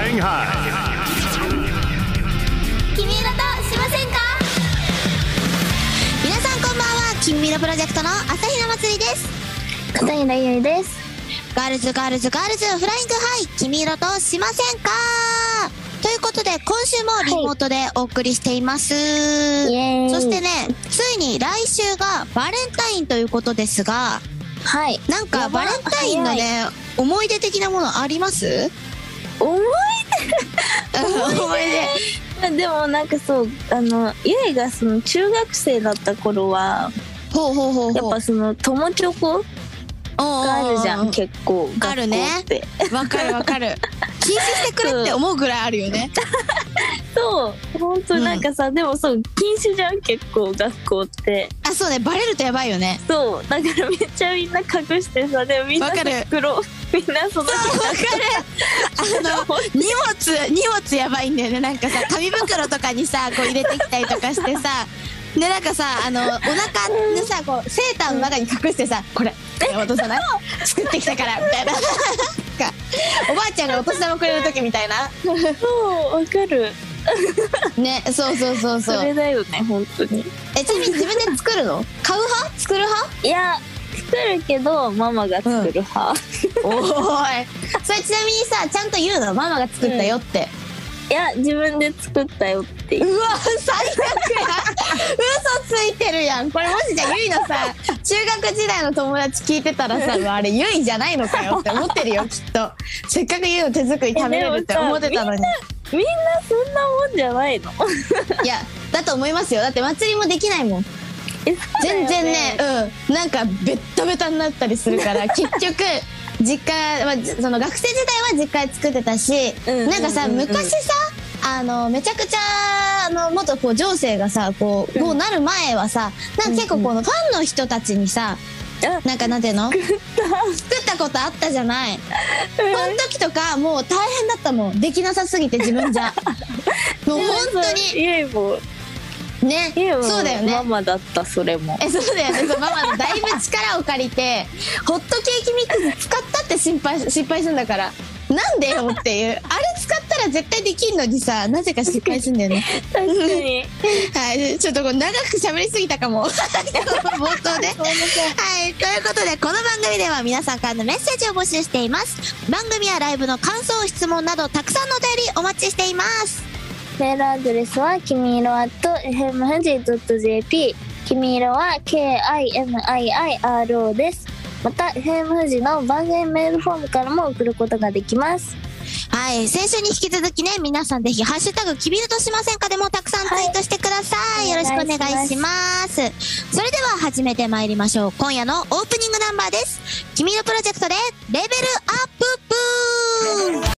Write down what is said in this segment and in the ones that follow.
Flying High 君色としませんか。皆さんこんばんは。君色プロジェクトの朝比奈まつりです。 片平ゆいです。 ガールズフライングハイ、君色としませんか。ということで今週もリモートでお送りしています。 イエーイ。 そしてね、ついに来週がバレンタインということですが、 はい。 なんかバレンタインのね、思い出的なものあります？ 思い出でもなんかそう、ゆいがその中学生だった頃は、やっぱその友チョコがあるじゃん、結構学校って。 あるね。わかる禁止してくれって思うぐらいあるよね。 そう本当なんかさ、でもそう禁止じゃん結構学校って。 あ、そうね、バレるとやばいよね。 そうだからめっちゃみんな隠してさ、でもみんな袋みんなその荷物やばいんだよね。なんかさ、紙袋とかにさこう入れてきたりとかしてさ、でなんかさ、お腹でさこうセーターの中に隠してさ、これ落とさない作ってきたからみたいなおばあちゃんがお年玉くれる時みたいな。 そうわかるね、そうそれだよね本当に。 ちなみに自分で作るの？買う派？作る派？ いや作るけどママが作る派、 おーい、それちなみにさちゃんと言うの？ママが作ったよって。 いや自分で作ったよって言う。 うわ最悪や嘘ついてるやん。これもしじゃあゆいのさ中学時代の友達聞いてたらさあれゆいじゃないのかよって思ってるよきっと。せっかくゆいの手作り食べれるって思ってたのに。 みんなそんなもんじゃないの？ いやだと思いますよ。だって祭りもできないもん。全然ね、なんかベッタベタになったりするから結局実家、その学生時代は実家で作ってたし、なんかさ昔さめちゃくちゃ元こう情勢がさこうなる前はさ、なんか結構このファンの人たちにさ、なんかなんていうの、作ったことあったじゃない。この時とかもう大変だったもん、できなさすぎて自分じゃもう本当にゆいもね、そうだよね。 ママだったそれも。 そうだよね。そうママのだいぶ力を借りてホットケーキミックス使ったって失敗するんだから、なんでよっていう。あれ使ったら絶対できんのにさ、なぜか失敗するんだよね。 確かにはい、ちょっとこう長く喋りすぎたかも冒頭ではい、ということでこの番組では皆さんからのメッセージを募集しています。番組やライブの感想、質問などたくさんのお便りお待ちしています。 メールアドレスはきみいろ@fmfuji.jp、 きみいろは KIMIIRO です。また FM 富士の番組メールフォームからも送ることができます。 はい、先週に引き続きね、皆さんぜひハッシュタグきびるとしませんかでもたくさんツイートしてください、よろしくお願いします。それでは始めてまいりましょう。今夜のオープニングナンバーです。きみるプロジェクトでレベルアップブー。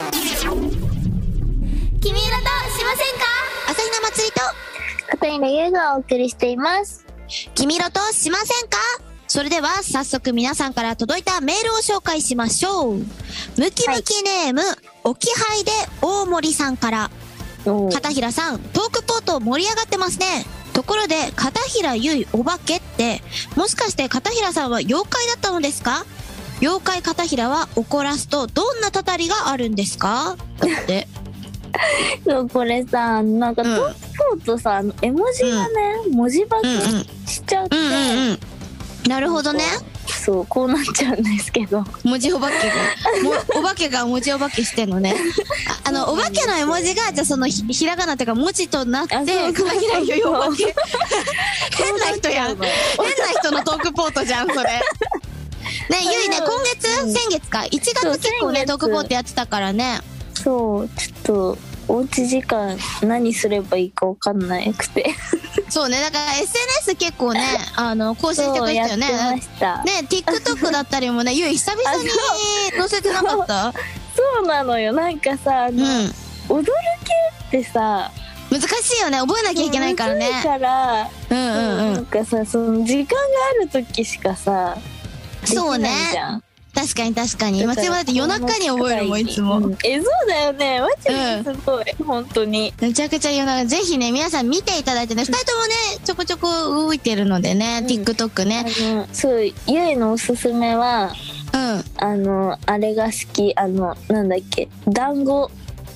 君色としませんか。 朝比奈まつりと片平優がお送りしています。 きみろとしませんか。それでは早速皆さんから届いたメールを紹介しましょう。ムキムキネーム、おきはいで大森さんから。片平さん、トークポート盛り上がってますね。ところで片平ゆいお化けってもしかして片平さんは妖怪だったのですか？妖怪片平は怒らすとどんなたたりがあるんですか？だってそうこれさ、なんかトークポートさ、絵文字がね、文字化けしちゃって、 なるほどね。 そうこうなっちゃうんですけど、 文字お化けがお化けが文字お化けしてんのね。お化けの絵文字がじゃあそのひらがなっていうか文字となって片平ゆいお化け変な人やん。変な人のトークポートじゃんそれ。ね、ゆいね、今月、先月か1月結構ねトークポートやってたからね。 そうちょっとおうち時間何すればいいか分かんなくてそうね、だから SNS 結構ね更新してくれたよね。 やってましたね、TikTok だったりもね、ゆい久々に載せてなかった？ そうなのよ。なんかさ踊る系ってさ難しいよね、覚えなきゃいけないからね。 難しいからなんかさ、その時間がある時しかさそうね、確かに確かに。松山だって夜中に覚えるもんいつも、 そうだよね、マジですごい、本当にめちゃくちゃ夜中。ぜひね皆さん見ていただいてね、2人ともねちょこちょこ動いてるのでね、TikTok ね。 そうゆいのおすすめはあれが好き、なんだっけ、団子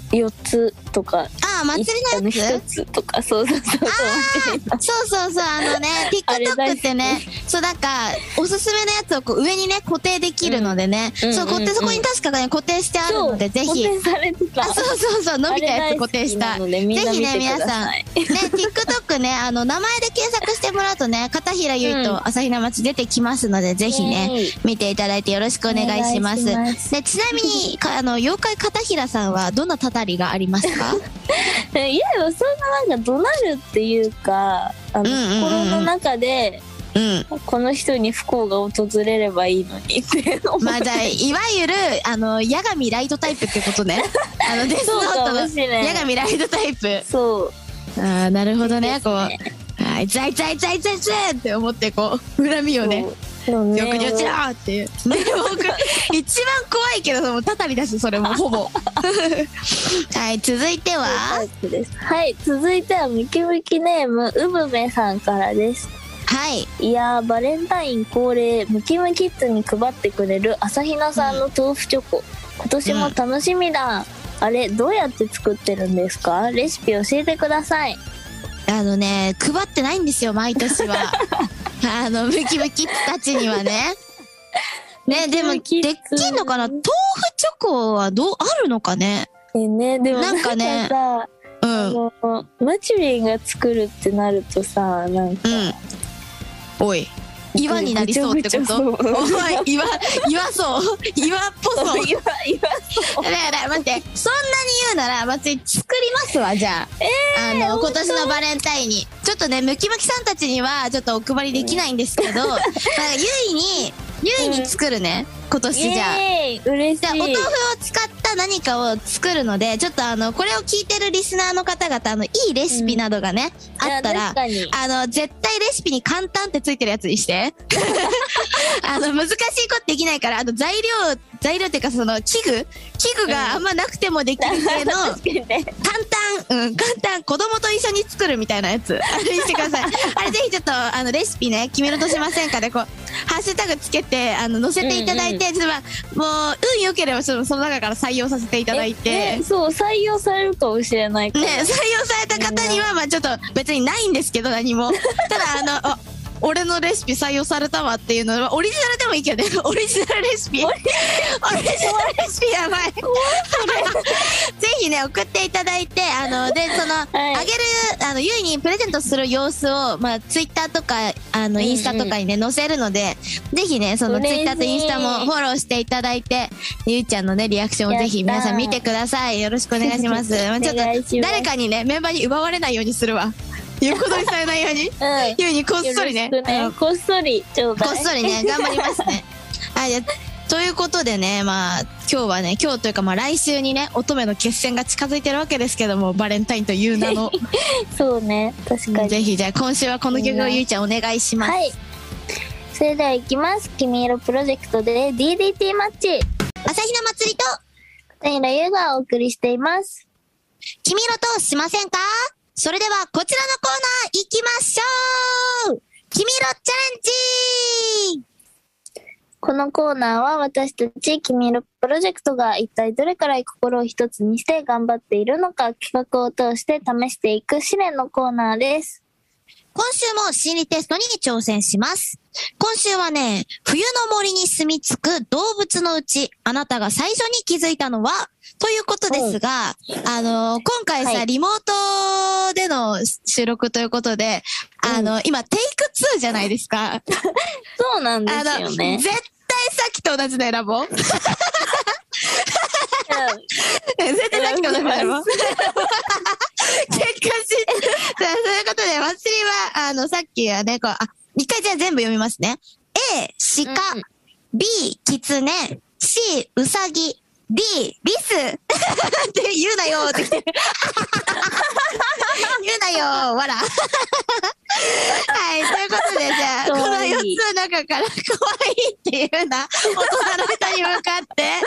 4つとか。 あ、祭りのやつ1つとか、そうそうそう。 そう、TikTok ってね、そうなんか、おすすめのやつをこう上にね、固定できるのでね、そう、そこに確かね、固定してあるので、ぜひ。 固定されてた。 そう、伸びたやつ固定した。ぜひね、皆さん、ね、TikTok ね、名前で検索してもらうとね、片平ゆいと朝比奈町出てきますので、ぜひね、見ていただいてよろしくお願いします。で、ちなみに、妖怪片平さんはどんなたたりがありますか？ いや、そんななんか怒鳴るっていうか、心の中で、この人に不幸が訪れればいいのにってまあじゃあいわゆる八神ライトタイプってことね。デスノートの八神ライトタイプ。 そう。 ああ、なるほどね。こう、あいつって思ってこう恨みをね、よくに落ちろっていう。一番怖いけどもうたたりだし、それもほぼ。はい、続いては。 はい、続いてはムキムキネームうぶめさんからです。 はい。 いやー、バレンタイン恒例ムキムキッズに配ってくれる朝比奈さんの豆腐チョコ、今年も楽しみだ。あれ、どうやって作ってるんですか？レシピ教えてください。 配ってないんですよ、毎年は。ムキムキッズたちにはね。ね、でもできんのかな？豆腐チョコはあるのかね。 ね、でもなんかね、 マチュリンが作るってなるとさ、なんか、 おい、岩になりそうってこと？おい、岩っぽそう。岩待って、そんなに言うなら祭り作りますわ。じゃあ、今年のバレンタインにちょっとね、ムキムキさんたちにはちょっとお配りできないんですけど、ゆいに作るね、今年じゃあ。 嬉しい。 じゃあお豆腐を使った何かを作るので、ちょっとこれを聞いてるリスナーの方々いいレシピなどがね、あったら、絶対レシピに簡単ってついてるやつにして。難しいことできないから、材料っていうかその器具があんまなくてもできる系の、簡単、子供と一緒に作るみたいなやつ。あれにしてください。あれぜひちょっと、レシピね、決めるとしませんかね、こう、ハッシュタグつけて、載せていただいて、もう、運良ければ、その中から採用させていただいて。 そう、採用されるかもしれないから。 ね、採用された方には、まあちょっと別にないんですけど、何も。ただ、俺のレシピ採用されたわっていうのは、オリジナルでもいいけどね。オリジナルレシピやばい。ぜひね、送っていただいて、で、あげる、ゆいにプレゼントする様子を、まあ、ツイッターとか、インスタとかにね、載せるので、ぜひね、そのツイッターとインスタもフォローしていただいて、ゆいちゃんのね、リアクションをぜひ皆さん見てください。よろしくお願いします。ちょっと、誰かにね、メンバーに奪われないようにするわ。横取りされないように、ゆいにこっそりね、 こっそりちょうだい。 こっそりね、頑張りますね。はい、ということでね、まあ今日というかまあ来週にね、乙女の決戦が近づいてるわけですけども、バレンタインという名の。 そうね、確かに。 ぜひじゃあ今週はこの曲をゆいちゃんお願いします。はい。 それではいきます。君色プロジェクトで DDT マッチ。 朝日奈祭りと片平優がお送りしています。 君色としませんか？それではこちらのコーナー行きましょう。君色チャレンジ。 このコーナーは私たち君色プロジェクトが一体どれくらい心を一つにして頑張っているのか、企画を通して試していく試練のコーナーです。 今週も心理テストに挑戦します。今週はね、冬の森に住み着く動物のうち、あなたが最初に気づいたのはということですが、今回さ、リモートでの収録ということで、今テイク2じゃないですか。 そうなんですよね。 絶対さっきと同じの選ぼう。絶対さっきと同じの選ぼう。結果そういうことで、祭りは、さっきはね、一回じゃあ全部読みますね。A、鹿、B、キツネ、C、ウサギ、D、リスって言うなよって言って言うなよわらはい、ということで、じゃあ、この4つの中から可愛いっていうな、大人の人に向かって。はい。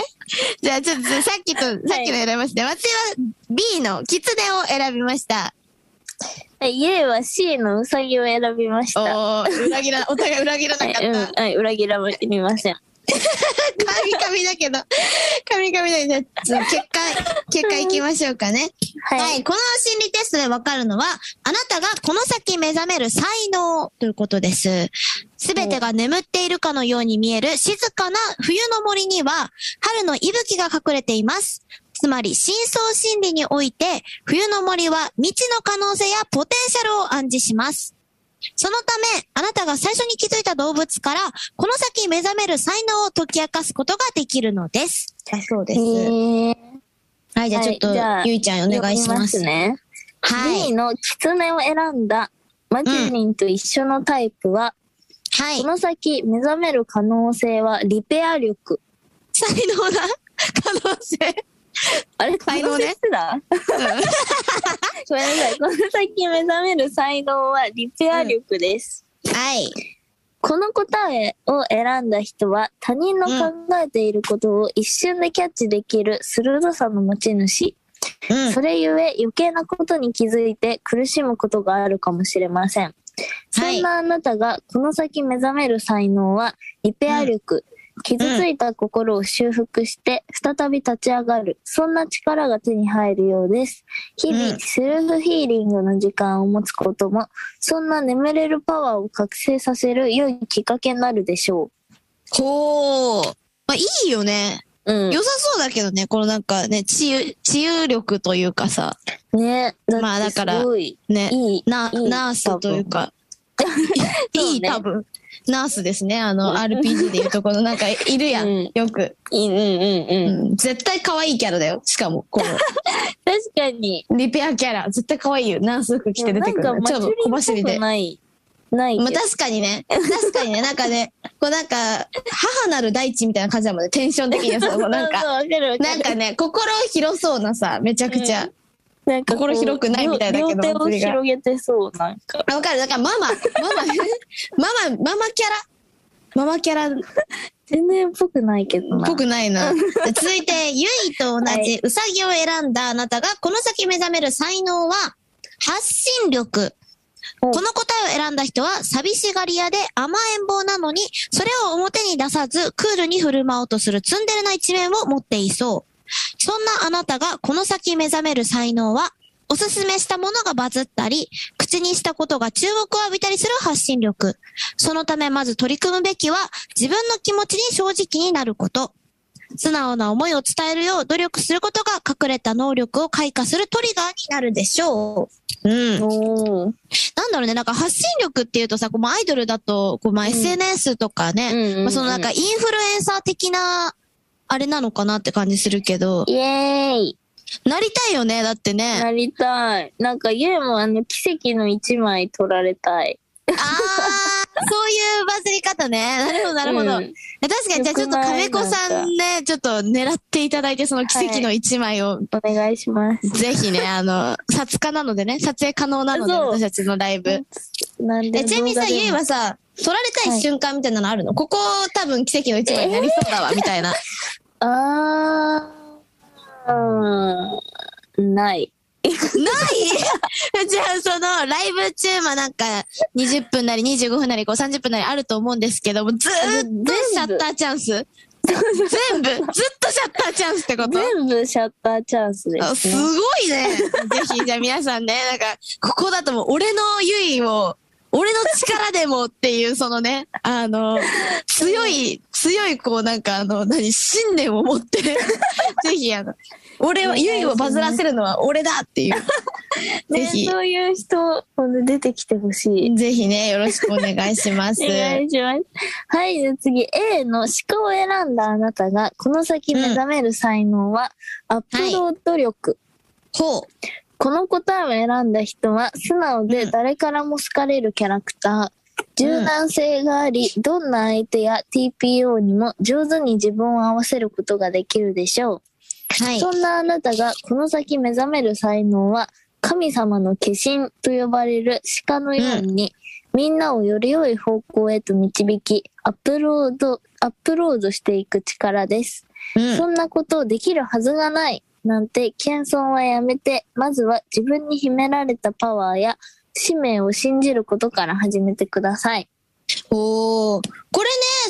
じゃあ、ちょっとさっきの選びました。私は B のキツネを選びました。 ゆいは C のウサギを選びました。 お互い裏切らなかった。 はい、裏切られてみません。 神々だけど。神々だけど。じゃあ結果いきましょうかね。はい。この心理テストでわかるのは、あなたがこの先目覚める才能ということです。すべてが眠っているかのように見える静かな冬の森には、春の息吹が隠れています。つまり、深層心理において、冬の森は未知の可能性やポテンシャルを暗示します。そのため、あなたが最初に気づいた動物から、この先目覚める才能を解き明かすことができるのです。だそうです。はい、じゃあちょっと、ゆいちゃんお願いします。 ね。はい。B の狐を選んだマジリンと一緒のタイプは、はい。この先目覚める可能性はリペア力。 才能だ可能性あれ才能ね。ごめんなさい。この先目覚める才能はリペア力です。 はい。 この答えを選んだ人は他人の考えていることを一瞬でキャッチできる鋭さの持ち主。それゆえ余計なことに気づいて苦しむことがあるかもしれません。そんなあなたがこの先目覚める才能はリペア力。傷ついた心を修復して再び立ち上がる、そんな力が手に入るようです。日々セルフヒーリングの時間を持つことも、そんな眠れるパワーを覚醒させる良いきっかけになるでしょう。 ほー、まあ、いいよね。良さそうだけどね、このなんかね、治癒力というかさ。 ね、 まあだから、ね、ナースというか、いい多分。ナースですね。RPG でいうとこのなんかいるやん。よく。絶対可愛いキャラだよ。しかも、この。 確かに。 リペアキャラ。絶対可愛いよ。ナース服着て出てくる。 ちょっと小走りで。ない。 まあ確かにね。なんかね、こうなんか、母なる大地みたいな感じだもんね。テンション的にはさ、なんか、なんかね、心広そうなさ、めちゃくちゃ。なんか心広くないみたいだけど、 両手を広げてそう、なんか。 わかる。だからママキャラ。 全然っぽくないけどな。 ぽくないな。続いて、ゆいと同じうさぎを選んだあなたが、この先目覚める才能は、発信力。この答えを選んだ人は、寂しがり屋で甘えん坊なのに、それを表に出さず、クールに振る舞おうとするツンデレな一面を持っていそう。そんなあなたがこの先目覚める才能は、おすすめしたものがバズったり、口にしたことが注目を浴びたりする発信力。そのためまず取り組むべきは、自分の気持ちに正直になること。素直な思いを伝えるよう努力することが隠れた能力を開花するトリガーになるでしょう。なんだろうね、なんか発信力っていうとさ、こうアイドルだと、こうSNS とかね、そのなんかインフルエンサー的な、あれなのかなって感じするけど。 イエーイ。 なりたいよね、だってね。 なりたい。なんか、ゆえも奇跡の一枚撮られたい。 そういうバズり方ね。なるほど、なるほど。確かに、じゃあちょっと亀子さんね、ちょっと狙っていただいて、その奇跡の一枚を。 お願いします。 ぜひね、撮可なのでね、撮影可能なので、私たちのライブ。ちなみにさ、ゆいはさ、撮られたい瞬間みたいなのあるの？ここ多分奇跡の一枚になりそうだわ、みたいな。 ない。 ないじゃあそのライブ中なんか20分なり25分なり30分なりあると思うんですけども、ずーっとシャッターチャンス全部ずっとシャッターチャンスってこと？ 全部シャッターチャンスですね。 すごいね。ぜひじゃあ皆さんね、なんかここだともう俺のゆいを俺の力でもっていうそのね、強いこうなんか信念を持ってぜひ俺はゆいをバズらせるのは俺だっていうぜひそういう人出てきてほしい。 ぜひね、よろしくお願いします。 お願いします。はい、じゃあ次 A の鹿を選んだあなたがこの先目覚める才能は、アップロード力。 ほう。 この答えを選んだ人は素直で誰からも好かれるキャラクター、柔軟性があり、どんな相手や TPO にも上手に自分を合わせることができるでしょう。はい、そんなあなたがこの先目覚める才能は、神様の化身と呼ばれる鹿のように、みんなをより良い方向へと導き、アップロードしていく力です。そんなことできるはずがない。なんて謙遜はやめて、まずは自分に秘められたパワーや使命を信じることから始めてください。 これね、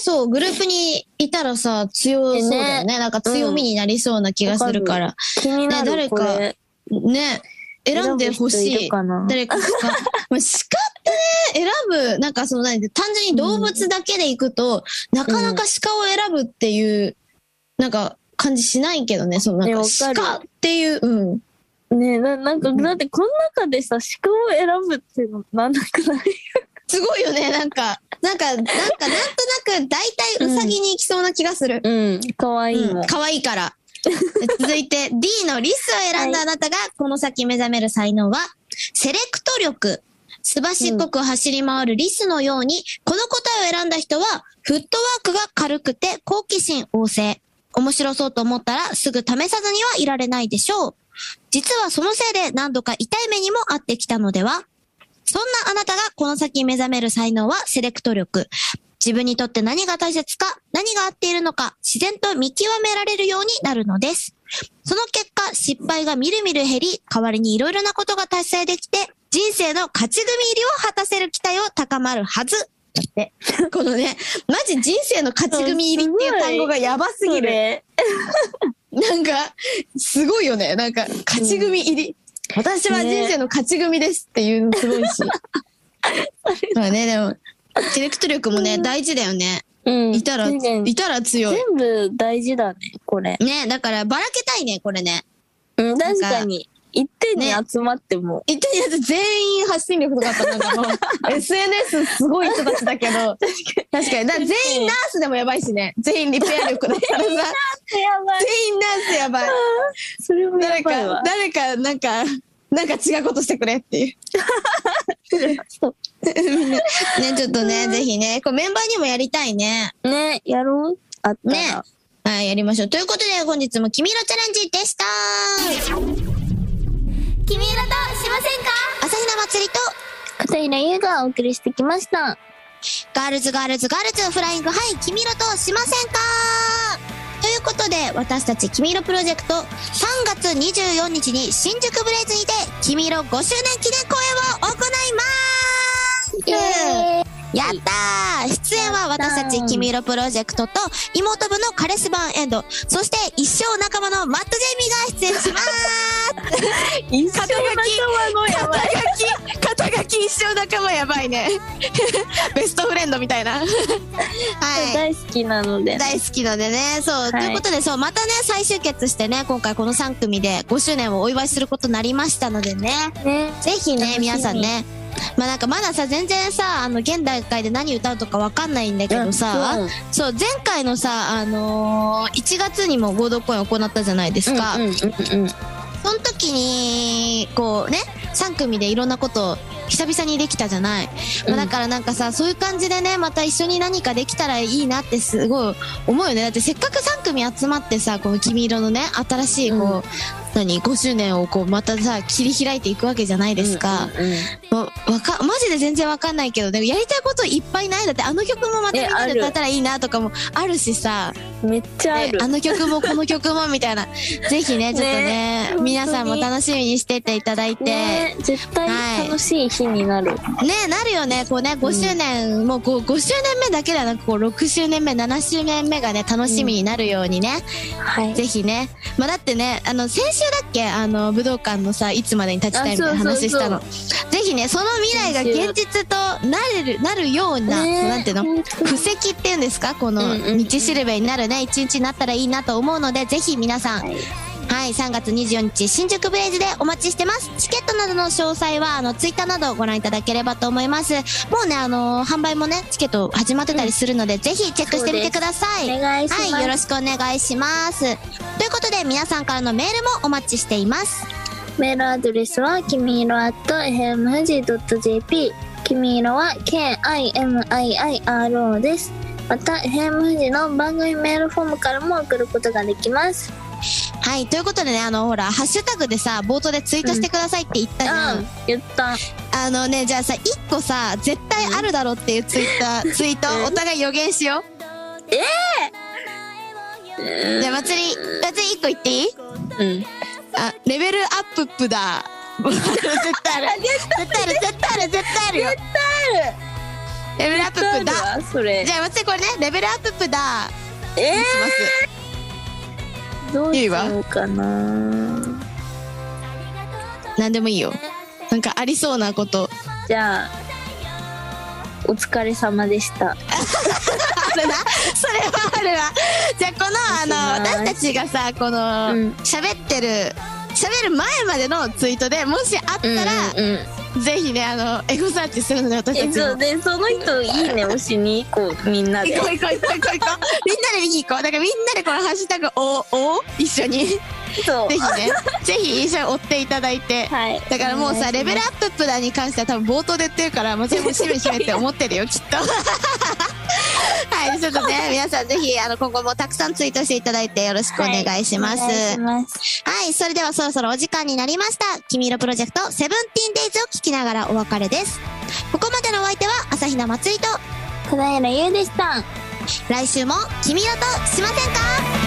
そうグループにいたらさ強そうだよね。なんか強みになりそうな気がするから、 気になる、 誰かこれね選んでほしい。誰かまあ鹿ってね選ぶなんかその単純に動物だけで行くと、なかなか鹿を選ぶっていうなんか感じしないけどね。そのなんか鹿っていうねえ、なんか、だってこの中でさ、鹿を選ぶっていうのなんなくないすごいよね。なんとなく大体ウサギに行きそうな気がする。 かわいいもん。 かわいいから。続いて D のリスを選んだあなたがこの先目覚める才能は、セレクト力。すばしっこく走り回るリスのように、この答えを選んだ人は、フットワークが軽くて好奇心旺盛。面白そうと思ったらすぐ試さずにはいられないでしょう。実はそのせいで何度か痛い目にも遭ってきたのでは？そんなあなたがこの先目覚める才能はセレクト力。自分にとって何が大切か、何が合っているのか、自然と見極められるようになるのです。その結果、失敗がみるみる減り、代わりにいろいろなことが達成できて、人生の勝ち組入りを果たせる期待を高まるはず。だって。このね、マジ人生の勝ち組入りっていう単語がやばすぎる。なんか、すごいよね。なんか、勝ち組入り。私は人生の勝ち組ですっていうのすごいし。まあね、でも、セレクト力もね、大事だよね。いたら強い。 全部大事だね、これ。 ね、だからばらけたいね、これね。 確かに。一点に集まっても。 一点に集まって全員発信力とかあったらなんかもう、SNS すごい人たちだけど、確かに。だから全員ナースでもやばいしね。全員リペア力だったらさ。全員ナースやばい。 それもやばいわ。 誰か、なんか違うことしてくれっていう。そう。ね、ちょっとね、ぜひね、こうメンバーにもやりたいね。 ね、やろうあったら。 ね。はい、やりましょう。ということで、本日も君色チャレンジでした。 君色としませんか？ 朝日奈祭りと片平優がお送りしてきました。 ガールズフライング、はい、君色としませんか？ということで、私たち君色プロジェクト3月24日に新宿ブレイズにて君色5周年記念公演を行います。やったー！出演は私たち君色プロジェクトと妹分のカレスバンエンド、そして一生仲間のマット・ジェイミーが出演します一生仲間のやばい。 肩書き一生仲間やばいね。ベストフレンドみたいな。はい。 大好きなので。 大好きのでね。そう、はい。ということで、そう、またね、再集結してね、今回この3組で5周年をお祝いすることになりましたのでね。ぜひね、皆さんね。まあなんかまださ、全然さ、現代界で何歌うとかわかんないんだけどさ、そう、前回のさ、1月にも合同公演を行ったじゃないですか。その時に、こうね、3組でいろんなことを久々にできたじゃない。まあ、だからなんかさ、そういう感じでね、また一緒に何かできたらいいなってすごい思うよね。だってせっかく3組集まってさ、この君色のね、新しいこう、5周年をこうまたさ切り開いていくわけじゃないですか。もうマジで全然わかんないけど、でもやりたいこといっぱいない。だってあの曲もまたみんなで歌ったらいいなとかもあるしさ、 めっちゃある。 あの曲もこの曲もみたいな。ぜひね、ちょっとね、皆さんも楽しみにしてていただいて。 ね、絶対楽しい日になる。 ね、なるよね。こうね、5周年、もうこう5周年目だけではなく、こう6周年目、7周年目がね、楽しみになるようにね。ぜひね。まあだってね、先週だっけ、武道館のさ、いつまでに立ちたいみたいな話したの。ぜひね、その未来が現実となるような、なんていうの、布石っていうんですか、この道しるべになるね、一日になったらいいなと思うので、ぜひ皆さん、はい、3月24日、新宿ブレイズでお待ちしてます。チケットなどの詳細は、ツイッターなどをご覧いただければと思います。もうね、販売もね、チケット始まってたりするので、ぜひチェックしてみてください。 お願いします。 はい、よろしくお願いします。ということで、皆さんからのメールもお待ちしています。 メールアドレスは、きみいろ@fmfuji.jp。きみいろは、KIMIIRO です。また、FM 富士の番組メールフォームからも送ることができます。 はい、ということでね、ほら、ハッシュタグでさ、冒頭でツイートしてくださいって言ったじゃん。 言った。 ね、じゃあさ、1個さ、絶対あるだろうっていうツイート、お互い予言しよう。じゃあ、祭り1個言っていい？レベルアップップだ。絶対ある。絶対あるよ。 レベルアッププだ。 それ。 じゃあ松井これね、レベルアップだにします。 どうしようかな。 なんでもいいよ。なんかありそうなこと。 じゃあお疲れ様でした。 あるな、それはあるわ。じゃあこの私たちがさ、この喋る前までのツイートでもしあったら、ぜひねエゴサーチするので、私たちもでその人いいね押しに行こう、みんなで。 行こうみんなで見に行こう。だからみんなでこのハッシュタグを一緒にそうぜひね、ぜひ一緒に追っていただいて、 はい、 だからもうさ、レベルアッププダに関しては多分冒頭で言ってるから、もう全部閉めって思ってるよきっと。はい、ちょっとね、皆さんぜひ今後もたくさんツイートしていただいてよろしくお願いします。はい、それではそろそろお時間になりました。君色プロジェクトセブンティーンデイズを聞きながらお別れです。ここまでのお相手は朝比奈まつりと小平優でした。 来週も君色としませんか？